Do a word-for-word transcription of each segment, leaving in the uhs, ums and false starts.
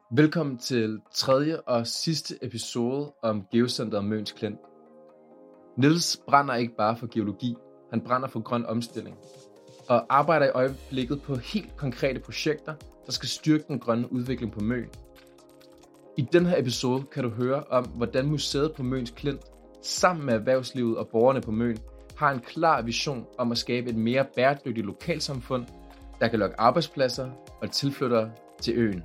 Velkommen til tredje og sidste episode om Geocenteret Møns Klint. Niels brænder ikke bare for geologi, han brænder for grøn omstilling og arbejder i øjeblikket på helt konkrete projekter, der skal styrke den grønne udvikling på Møn. I den her episode kan du høre om, hvordan museet på Møns Klint sammen med erhvervslivet og borgerne på Møn har en klar vision om at skabe et mere bæredygtigt lokalsamfund, der kan lokke arbejdspladser og tilflyttere til øen.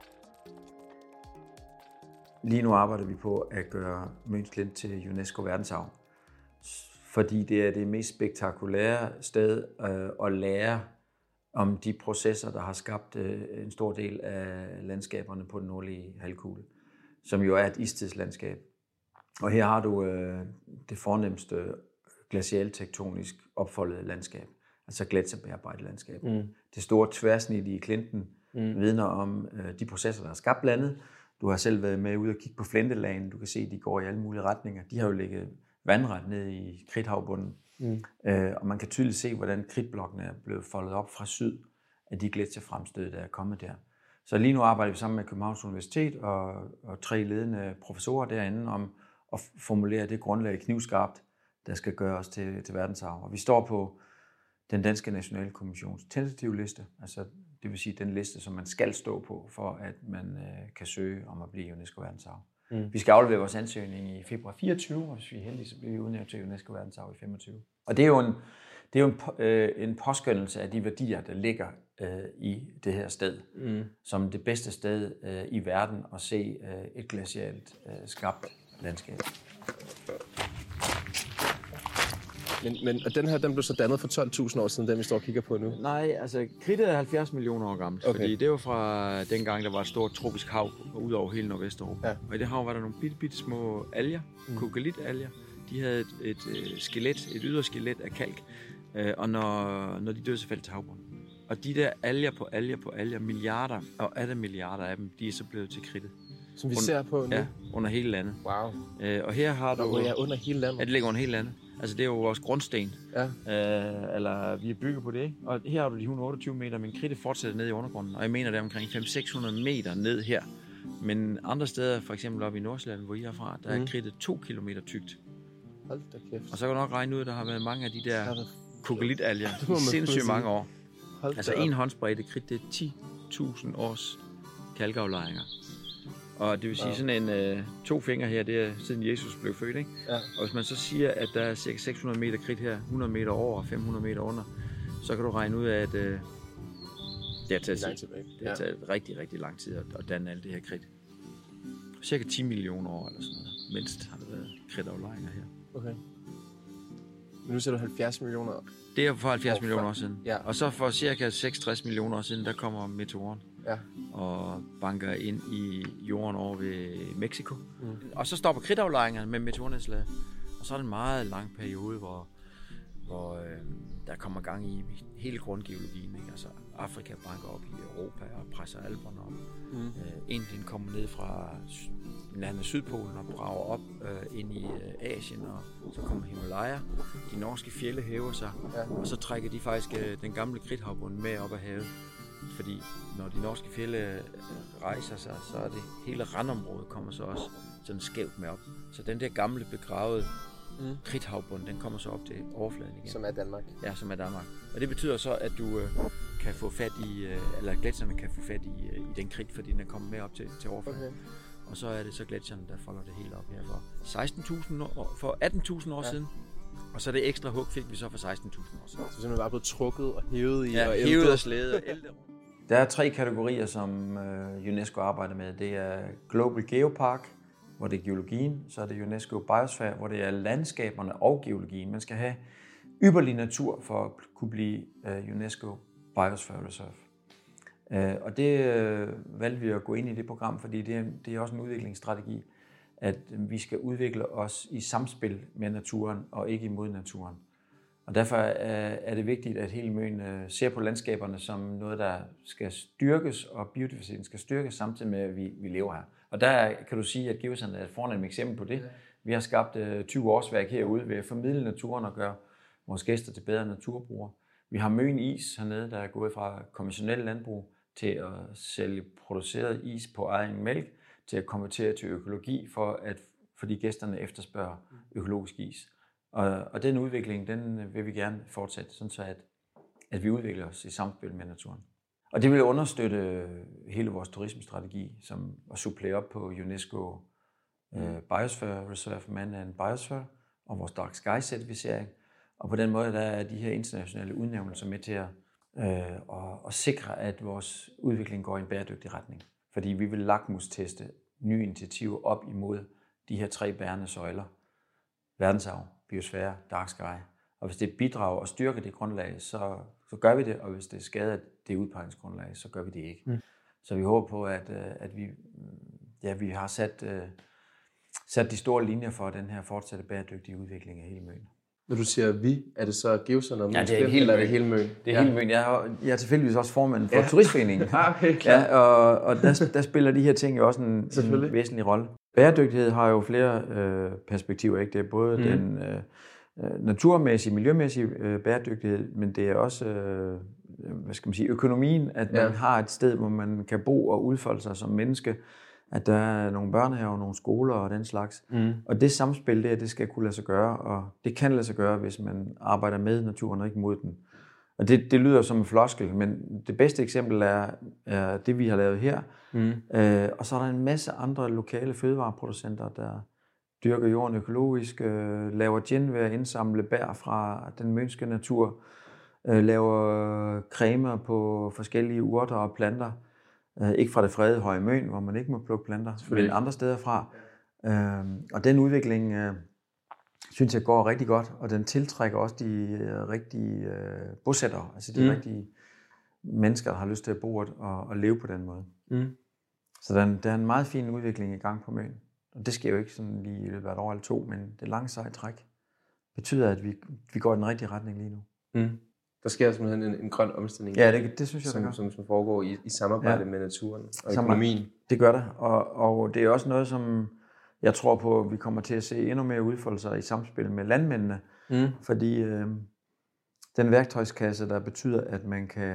Lige nu arbejder vi på at gøre Møns Klint til UNESCO verdensarv, fordi det er det mest spektakulære sted at lære om de processer, der har skabt en stor del af landskaberne på den nordlige halvkugle, som jo er et istidslandskab. Og her har du det fornemste glacialtektonisk opfoldede landskab, altså gletsjerbearbejdet landskab. Mm. Det store tværsnit i Klinten mm. vidner om de processer, der har skabt landet. Du har selv været med ude og kigge på flintelagene. Du kan se, at de går i alle mulige retninger. De har jo ligget vandret ned i kridthavbunden. Mm. Øh, og man kan tydeligt se, hvordan kridtblokkene er blevet foldet op fra syd af de gletsjerfremstød, der er kommet der. Så lige nu arbejder vi sammen med Københavns Universitet og, og tre ledende professorer derinde om at formulere det grundlag knivskarpt, der skal gøre os til, til verdensarv. Og vi står på den danske nationale kommissions tentative liste, altså det vil sige den liste, som man skal stå på, for at man øh, kan søge om at blive UNESCO verdensarv. Mm. Vi skal aflevere vores ansøgning i februar fireogtyve, og hvis vi er heldige, så bliver vi udnævnt til UNESCO verdensarv i femogtyve. Og det er jo en, det er jo en, øh, en påskyndelse af de værdier, der ligger øh, i det her sted, mm. som det bedste sted øh, i verden at se øh, et glacialt øh, skabt landskab. Men, men og den her, den blev så dannet for tolv tusind år siden, den vi står og kigger på nu? Nej, altså kridtet er halvfjerds millioner år gammelt, okay. Fordi det var fra dengang, der var et stort tropisk hav ud over hele Nordvesteuropa. Ja. Og i det hav var der nogle bitte, bitte små alger, mm. kogalitalger. De havde et, et, et skelet, et ydre skelet af kalk, og når, når de døde, så faldt til havbunden. Og de der alger på alger på alger, milliarder og atter milliarder af dem, de er så blevet til kridtet. Som vi under, ser på nu? Ja, under hele landet. Wow. Og her har du... Ja, under hele landet? Ja, det ligger under hele landet. Altså det er jo vores grundsten, ja. øh, eller vi er bygget på det, ikke? Og her har du de et hundrede og otteogtyve meter, men kridtet fortsætter ned i undergrunden, og jeg mener det er omkring fem til seks hundrede meter ned her. Men andre steder, for eksempel oppe i Nordsjælland, hvor I er fra, der mm. er kridtet to kilometer tykt. Hold da kæft. Og så kan du nok regne ud, at der har været mange af de der kogalitalger i sindssygt mange år. Hold altså en håndspredte kridt, det er ti tusind års kalkaflejringer. Og det vil sige wow. sådan en øh, to fingre her, det er siden Jesus blev født, ikke? Ja. Og hvis man så siger, at der er cirka seks hundrede meter kridt her, hundrede meter over og fem hundrede meter under, så kan du regne ud af, at øh, det har taget, tid. Det har taget ja. rigtig, rigtig lang tid at, at danne alt det her kridt. Cirka ti millioner år eller sådan noget, mindst har der været kridtaflejringer her. Okay. Men nu ser du halvfjerds millioner år. Det er for halvfjerds millioner år siden. Ja. Og så for cirka seksogtres millioner år siden, der kommer meteoren. Ja. Og banker ind i jorden over ved Mexico. Mm. Og så stopper kridtaflejringerne med meteornedslaget. Og så er det en meget lang periode, hvor, hvor øh, der kommer gang i hele grundgeologien. Ikke? Altså Afrika banker op i Europa og presser Alperne op. Mm. Øh, Indien kommer ned fra landet Sydpolen og brager op øh, ind i øh, Asien, og så kommer Himalaya. De norske fjelde hæver sig, ja. Og så trækker de faktisk øh, den gamle kridthavbund med op af havet. Fordi når de norske fjelde rejser sig, så er det hele randområdet kommer så også sådan skævt med op. Så den der gamle begravede mm. kridthavbund, den kommer så op til overfladen igen. Som er Danmark. Ja, som er Danmark. Og det betyder så, at du øh, kan få fat i, øh, eller gletsjerne kan få fat i, øh, i den kridt, fordi den er kommet med op til, til overfladen. Okay. Og så er det så gletsjerne, der folder det hele op her for seksten tusind år, for atten tusind år ja. siden. Og så det ekstra hug fik vi så for seksten tusind år siden. Så simpelthen bare blevet trukket og hævet i ja, og hævet og slædet og ældet. Der er tre kategorier, som øh, UNESCO arbejder med. Det er Global Geopark, hvor det er geologien. Så er det UNESCO Biosphere, hvor det er landskaberne og geologien. Man skal have ypperlig natur for at kunne blive øh, UNESCO Biosphere Reserve. Øh, og det øh, valgte vi at gå ind i det program, fordi det er, det er også en udviklingsstrategi, at vi skal udvikle os i samspil med naturen og ikke imod naturen. Og derfor er det vigtigt, at hele Møn ser på landskaberne som noget, der skal styrkes, og biodiversiteten skal styrkes, samtidig med, at vi, vi lever her. Og der kan du sige, at Geocenteret er et fornemt eksempel på det. Vi har skabt tyve årsværk herude ved at formidle naturen og gøre vores gæster til bedre naturbrugere. Vi har Møn Is hernede, der er gået fra konventionelle landbrug til at sælge produceret is på egen mælk, til at konvertere til økologi, for at fordi gæsterne efterspørger økologisk is. Og, og den udvikling, den vil vi gerne fortsætte, sådan så at, at vi udvikler os i samspil med naturen. Og det vil understøtte hele vores turismestrategi, som at supplere op på UNESCO mm. uh, Biosphere Reserve Man and Biosphere og vores Dark Sky-certificering. Og på den måde der er de her internationale udnævnelser med til at, øh, at, at sikre, at vores udvikling går i en bæredygtig retning. Fordi vi vil lakmusteste nye initiativer op imod de her tre bærende søjler. Verdensarv, biosfære, Dark Sky. Og hvis det bidrager og styrker det grundlag, så, så gør vi det. Og hvis det skader det udpegningsgrundlag, så gør vi det ikke. Mm. Så vi håber på, at, at vi, ja, vi har sat, sat de store linjer for den her fortsatte bæredygtige udvikling af hele Møn. Når du siger vi, er det så Geocenter og ja, det er hele eller er det hele Møn? Det er ja. hele Møn. Jeg er, jeg er tilfældigvis også formand for ja. Turistforeningen. okay, klar. Ja, og og der, der spiller de her ting jo også en, en væsentlig rolle. Bæredygtighed har jo flere øh, perspektiver. Ikke? Det er både mm. den øh, naturmæssige, miljømæssige øh, bæredygtighed, men det er også øh, hvad skal man sige, økonomien, at man ja. har et sted, hvor man kan bo og udfolde sig som menneske, at der er nogle børnehaver, nogle skoler og den slags. Mm. Og det samspil der, det skal kunne lade sig gøre, og det kan lade sig gøre, hvis man arbejder med naturen og ikke mod den. Og det, det lyder som en floskel, men det bedste eksempel er, er det, vi har lavet her. Mm. Øh, og så er der en masse andre lokale fødevareproducenter, der dyrker jorden økologisk, øh, laver gin ved at indsamle bær fra den mønske natur, øh, laver cremer på forskellige urter og planter. Øh, ikke fra det fredede Høje Møn, hvor man ikke må plukke planter, men andre steder fra. Øh, og den udvikling øh, synes jeg går rigtig godt, og den tiltrækker også de øh, rigtige øh, bosættere, altså de mm. rigtige mennesker, der har lyst til at bo og, og leve på den måde. Mm. Så der, der er en meget fin udvikling i gang på Møn. Og det sker jo ikke sådan lige i løbet af et år eller to, men det lange seje træk betyder, at vi, vi går i den rigtige retning lige nu. Mm. Der sker simpelthen en, en grøn omstilling, ja, det, det synes jeg, som, der som, som foregår i, i samarbejde ja. med naturen og økonomien. Det gør det, og, og det er også noget, som jeg tror på, at vi kommer til at se endnu mere udfoldelser i samspil med landmændene, mm. fordi øh, den værktøjskasse, der betyder, at man kan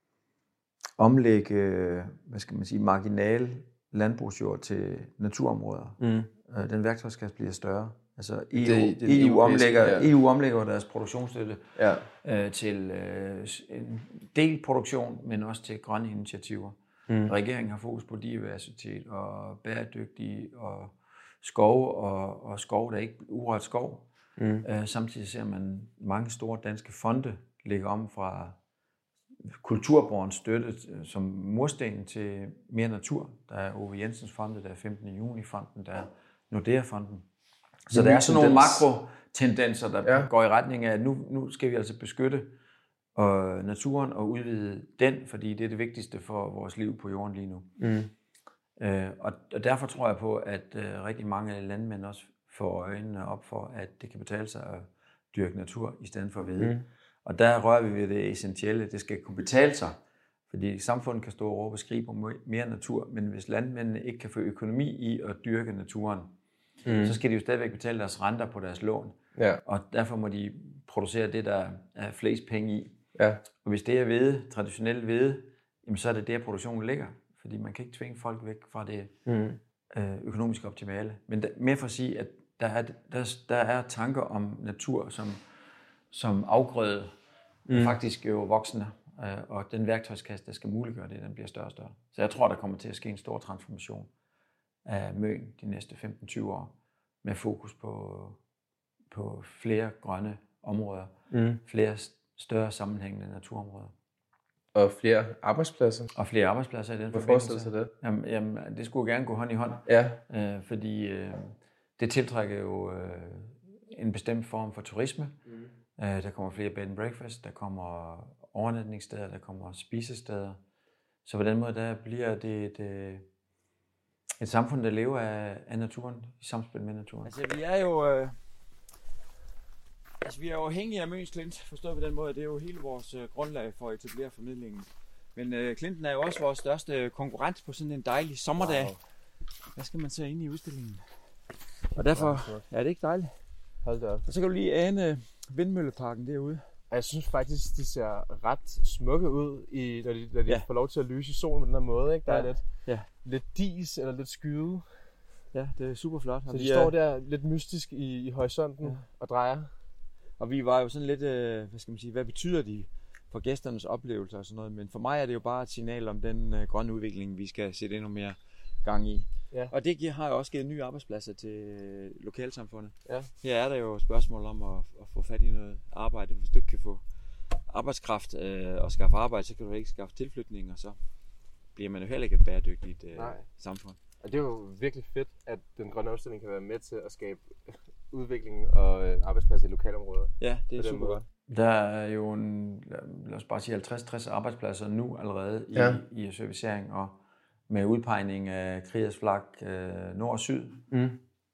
omlægge, hvad skal man sige, marginal landbrugsjord til naturområder. Mm. Øh, den værktøjskasse bliver større. Altså E U, det, det E U, omlægger, ja. E U omlægger deres produktionsstøtte ja. øh, til øh, en del produktion, men også til grønne initiativer. Mm. Regeringen har fokus på diversitet og bæredygtige og skov og, og skov, der er ikke urørt skov. Mm. Øh, samtidig ser man mange store danske fonde lægge om fra kulturborgens støtte som mursten til mere natur. Der er Ove Jensens fonde, der er femtende juni-fonden, der er Nordea-fonden. Så der er sådan nogle makrotendenser, der ja. går i retning af, at nu, nu skal vi altså beskytte øh, naturen og udvide den, fordi det er det vigtigste for vores liv på jorden lige nu. Mm. Øh, og, og derfor tror jeg på, at øh, rigtig mange landmænd også får øjnene op for, at det kan betale sig at dyrke natur i stedet for hvede. Mm. Og der rører vi ved det essentielle. Det skal kunne betale sig, fordi samfundet kan stå og råbe og skrige på mere natur, men hvis landmændene ikke kan få økonomi i at dyrke naturen, mm. så skal de jo stadigvæk betale deres renter på deres lån. Ja. Og derfor må de producere det, der er flest penge i. Ja. Og hvis det er hvede, traditionelt hvede, jamen så er det der produktionen ligger. Fordi man kan ikke tvinge folk væk fra det mm. øh, økonomisk optimale. Men der, mere for at sige, at der er, der, der er tanker om natur som, som afgrøde, mm. faktisk jo voksende. Øh, og den værktøjskasse, der skal muliggøre det, den bliver større og større. Så jeg tror, der kommer til at ske en stor transformation af Møn de næste femten til tyve år. Med fokus på, på flere grønne områder. Mm. Flere større sammenhængende naturområder. Og flere arbejdspladser. Og flere arbejdspladser i den forbindelse. Hvad forestiller sig det? Jamen, jamen, det skulle gerne gå hånd i hånd. Ja. Øh, fordi øh, det tiltrækker jo øh, en bestemt form for turisme. Mm. Øh, der kommer flere bed and breakfast, der kommer overnatningssteder, der kommer spisesteder. Så på den måde, der bliver det et, et, et samfund, der lever af, af naturen, i samspil med naturen. Altså, vi er jo... Øh Altså, vi er jo afhængige af Møns Klint, forstået på den måde. Det er jo hele vores øh, grundlag for at etablere formidlingen. Men øh, Klinten er jo også vores største konkurrent på sådan en dejlig sommerdag. Wow. Hvad skal man se inde i udstillingen? Og derfor ja, er det ikke dejligt. Hold da op. Og så kan du lige ane vindmølleparken derude. Og jeg synes faktisk, de ser ret smukke ud, i, når de, når de Ja. får lov til at lyse i solen på den her måde. Ikke? Der Ja. er lidt, Ja. lidt dis eller lidt skyde. Ja, det er super flot. Så de står der lidt mystisk i, i horisonten Ja. og drejer. Og vi var jo sådan lidt, øh, hvad skal man sige, hvad betyder de for gæsternes oplevelser og sådan noget. Men for mig er det jo bare et signal om den øh, grønne udvikling, vi skal sætte endnu mere gang i. Ja. Og det har jo også givet nye arbejdspladser til øh, lokalsamfundet. Ja. Her er der jo spørgsmål om at, at få fat i noget arbejde. Hvis du ikke kan få arbejdskraft øh, og skaffe arbejde, så kan du ikke skaffe tilflytning, og så bliver man jo heller ikke et bæredygtigt øh, samfund. Og det er jo virkelig fedt, at den grønne omstilling kan være med til at skabe udvikling og øh, arbejdspladser i lokalområder. Ja, det er På den super måde. godt. Der er jo en, lad os bare sige halvtreds til tres arbejdspladser nu allerede i, Ja. i servicering, og med udpegning af Kriegers Flak øh, nord og syd, Mm.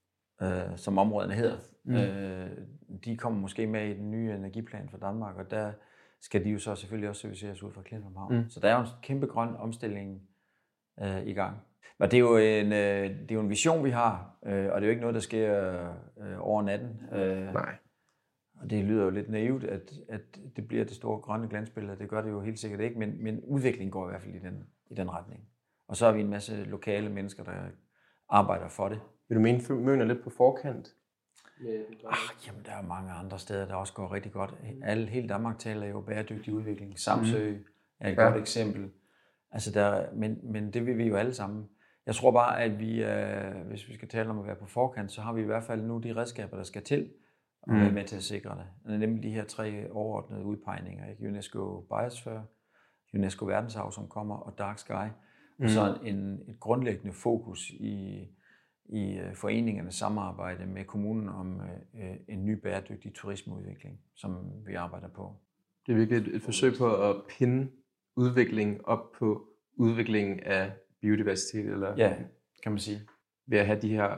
øh, som områderne hedder. Mm. Øh, de kommer måske med i den nye energiplan for Danmark, og der skal de jo så selvfølgelig også serviceres ud fra Klintholm Havn. Mm. Så der er jo en kæmpe grøn omstilling øh, i gang. Og det er, jo en, øh, det er jo en vision, vi har, øh, og det er jo ikke noget, der sker øh, over natten. Øh, Nej. Og det lyder jo lidt naivt, at, at det bliver det store grønne glansbillede. Det gør det jo helt sikkert ikke, men, men udviklingen går i hvert fald i den, i den retning. Og så har vi en masse lokale mennesker, der arbejder for det. Vil du mene, Møn er lidt på forkant? Ah, jamen, der er mange andre steder, der også går rigtig godt. Alle, hele Danmark taler jo bæredygtig udvikling. Samsø er et Ja. godt eksempel. Altså der, men, men det vil vi jo alle sammen. Jeg tror bare, at vi, øh, hvis vi skal tale om at være på forkant, så har vi i hvert fald nu de redskaber, der skal til at være Mm. med til at sikre det. Nemlig de her tre overordnede udpegninger. Ikke? UNESCO Biosphere, UNESCO Verdensarv, som kommer, og Dark Sky. Mm. Og så en, et grundlæggende fokus i, i uh, foreningernes samarbejde med kommunen om uh, en ny bæredygtig turismeudvikling, som vi arbejder på. Det er virkelig et, et forsøg på at pinde udvikling op på udviklingen af biodiversitet, eller Ja, kan man sige. ved at have de her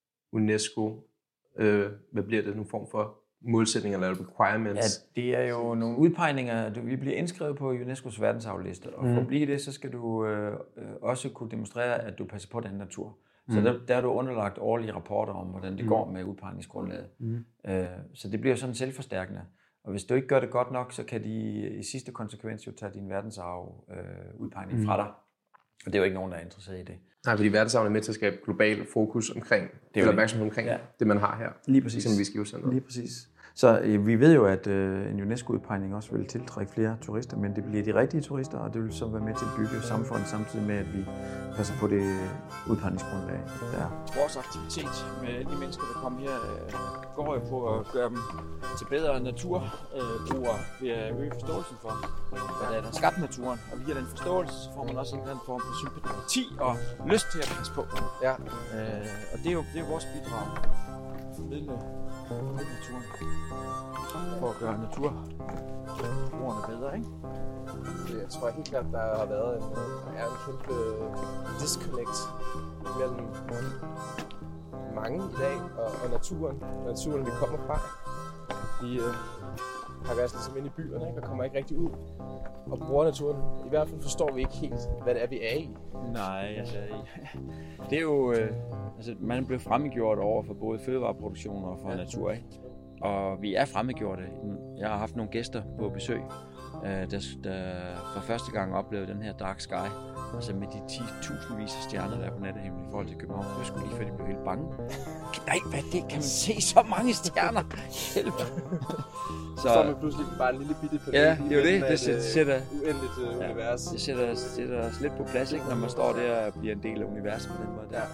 UNESCO, øh, hvad bliver det, nogle form for målsætninger eller requirements? Ja, det er jo nogle udpegninger. Du, vi bliver indskrevet på UNESCO's verdensarvliste, og for Mhm. at blive det, så skal du øh, øh, også kunne demonstrere, at du passer på den natur. Så Mhm. der, der er du underlagt årlige rapporter om, hvordan det Mhm. går med udpegningsgrundlaget. Mhm. Øh, så det bliver sådan selvforstærkende. Og hvis du ikke gør det godt nok, så kan de i sidste konsekvens jo tage din verdensarv øh, udpegning Mhm. fra dig. Og det er jo ikke nogen, der er interesseret i det. Nej, fordi verdensarven er med til at skabe global fokus omkring, jo eller det. opmærksomhed omkring Ja. det, man har her. Lige præcis. Eksempelvis Geocenteret. Lige præcis. Så øh, vi ved jo, at øh, en UNESCO-udpegning også vil tiltrække flere turister, men det bliver de rigtige turister, og det vil så være med til at bygge samfundet, samtidig med, at vi passer på det udpegningsgrundlag, der er. Vores aktivitet med alle de mennesker, der kommer her, øh, går jo på at gøre dem til bedre naturbrugere ved at øge forståelsen for, hvad der er, der har skabt naturen. Og via den forståelse, så får man også en eller anden form for sympati og lyst til at passe på. Ja. Øh, og det er jo det er vores bidrag. Formidle naturen. For at gøre naturbrugerne bedre, ikke? Jeg tror helt klart, der har været en, der er en kæmpe disconnect mellem mange i dag og, og naturen. Naturen, vi kommer fra. Vi øh, har været ligesom inde i byerne, ikke? Og kommer ikke rigtig ud og bruger naturen. I hvert fald forstår vi ikke helt, hvad det er, vi er i. Nej, altså, det er jo, øh, altså, man er blevet fremmedgjort over for både fødevareproduktion og for ja. natur, ikke? Og vi er fremmedgjorte. Jeg har haft nogle gæster på besøg, øh, der, der for første gang oplevede den her Dark Sky, altså med de ti tusindvis af stjerner, der er på nattehimlen i forhold til København. Det var sgu lige før, de blev helt bange. Nej, hvad er det? Kan man se så mange stjerner? Hjælp! Så står man pludselig bare en lille bitte på ja, det er jo det. Det sætter, uendeligt uh, ja, univers. Det sætter, sætter os lidt på plads, ikke, når man står der og bliver en del af universet på den måde. Der. Ja.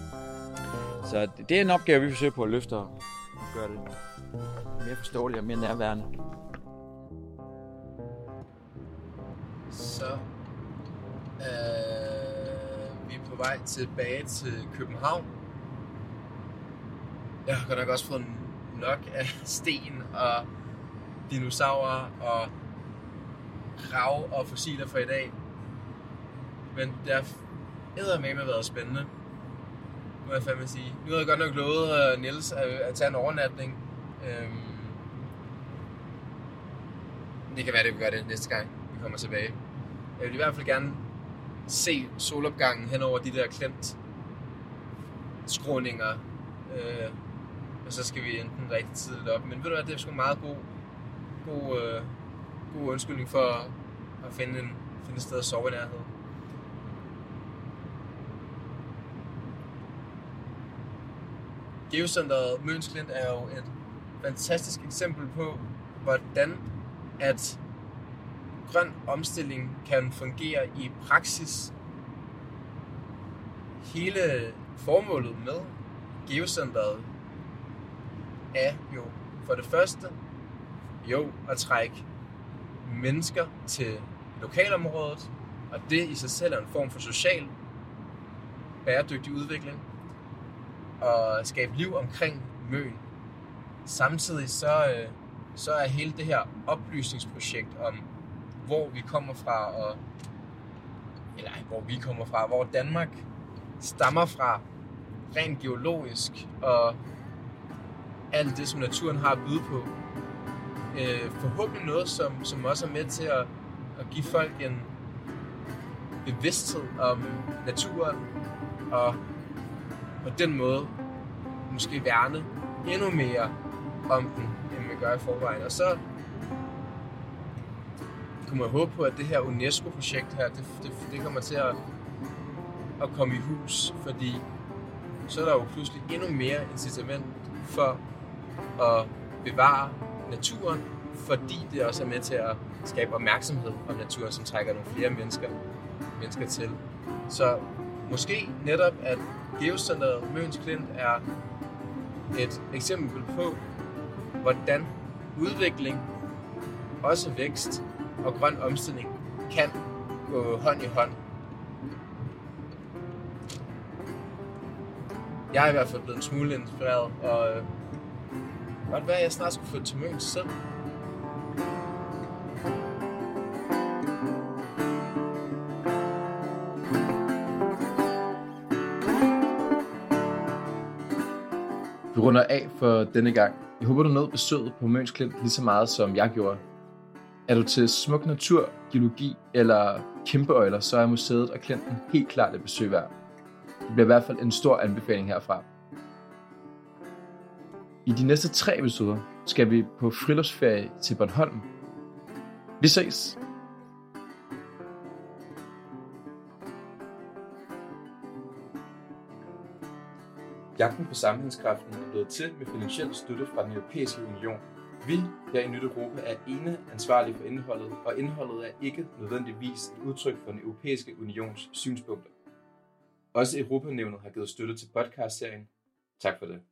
Så det, det er en opgave, vi forsøger på at løfte og gøre det mere forståeligt og mere nærværende. Så øh, vi er på vej tilbage til København. Jeg har godt nok også fået nok af sten og dinosaurer og rav og fossiler for i dag. Men det har eddermame været spændende, må jeg fandme sige. Nu har jeg godt nok lovet uh, Niels at, at tage en overnatning. Øhm, det kan være, det vi gør det næste gang, vi kommer tilbage. Jeg vil i hvert fald gerne se solopgangen hen over de der klemt skråninger. Øh, og så skal vi enten rigtig tidligt op. Men ved du hvad, det er sgu en meget god god, øh, god undskyldning for at, at finde, en, finde et sted at sove i nærheden. Geocenteret Møns Klint er jo et fantastisk eksempel på, hvordan at grøn omstilling kan fungere i praksis. Hele formålet med Geocenteret er jo for det første jo at trække mennesker til lokalområdet, og det i sig selv er en form for social bæredygtig udvikling og skabe liv omkring Møn. Samtidig så, øh, så er hele det her oplysningsprojekt om, hvor vi kommer fra, og, eller hvor vi kommer fra, hvor Danmark stammer fra, rent geologisk, og alt det, som naturen har at byde på. Øh, forhåbentlig noget, som, som også er med til at, at give folk en bevidsthed om naturen, og på den måde måske værne endnu mere om den, end vi gør i forvejen. Og så kunne man håbe på, at det her UNESCO-projekt her, det, det, det kommer til at, at komme i hus, fordi så er der jo pludselig endnu mere incitament for at bevare naturen, fordi det også er med til at skabe opmærksomhed om naturen, som trækker nogle flere mennesker, mennesker til. Så måske netop, at Geocenteret Møns Klint er et eksempel på, hvordan udvikling, også vækst og grøn omstilling kan gå hånd i hånd. Jeg er i hvert fald blevet en smule inspireret, og øh, godt være, at jeg snart skulle flytte til Møns selv. Vi runder af for denne gang. Jeg håber, du nåede besøget på Møns Klint lige så meget, som jeg gjorde. Er du til smuk natur, geologi eller kæmpeøjler, så er museet og Klinten helt klart et besøg værd. Det bliver i hvert fald en stor anbefaling herfra. I de næste tre episoder skal vi på friluftsferie til Bornholm. Vi ses! Jagten på sammenhængskraften er blevet til med finansiel støtte fra den Europæiske Union. Vi her i Nyt Europa er ene ansvarlige for indholdet, og indholdet er ikke nødvendigvis et udtryk for den Europæiske Unions synspunkter. Også Europanævnet har givet støtte til podcastserien. Tak for det.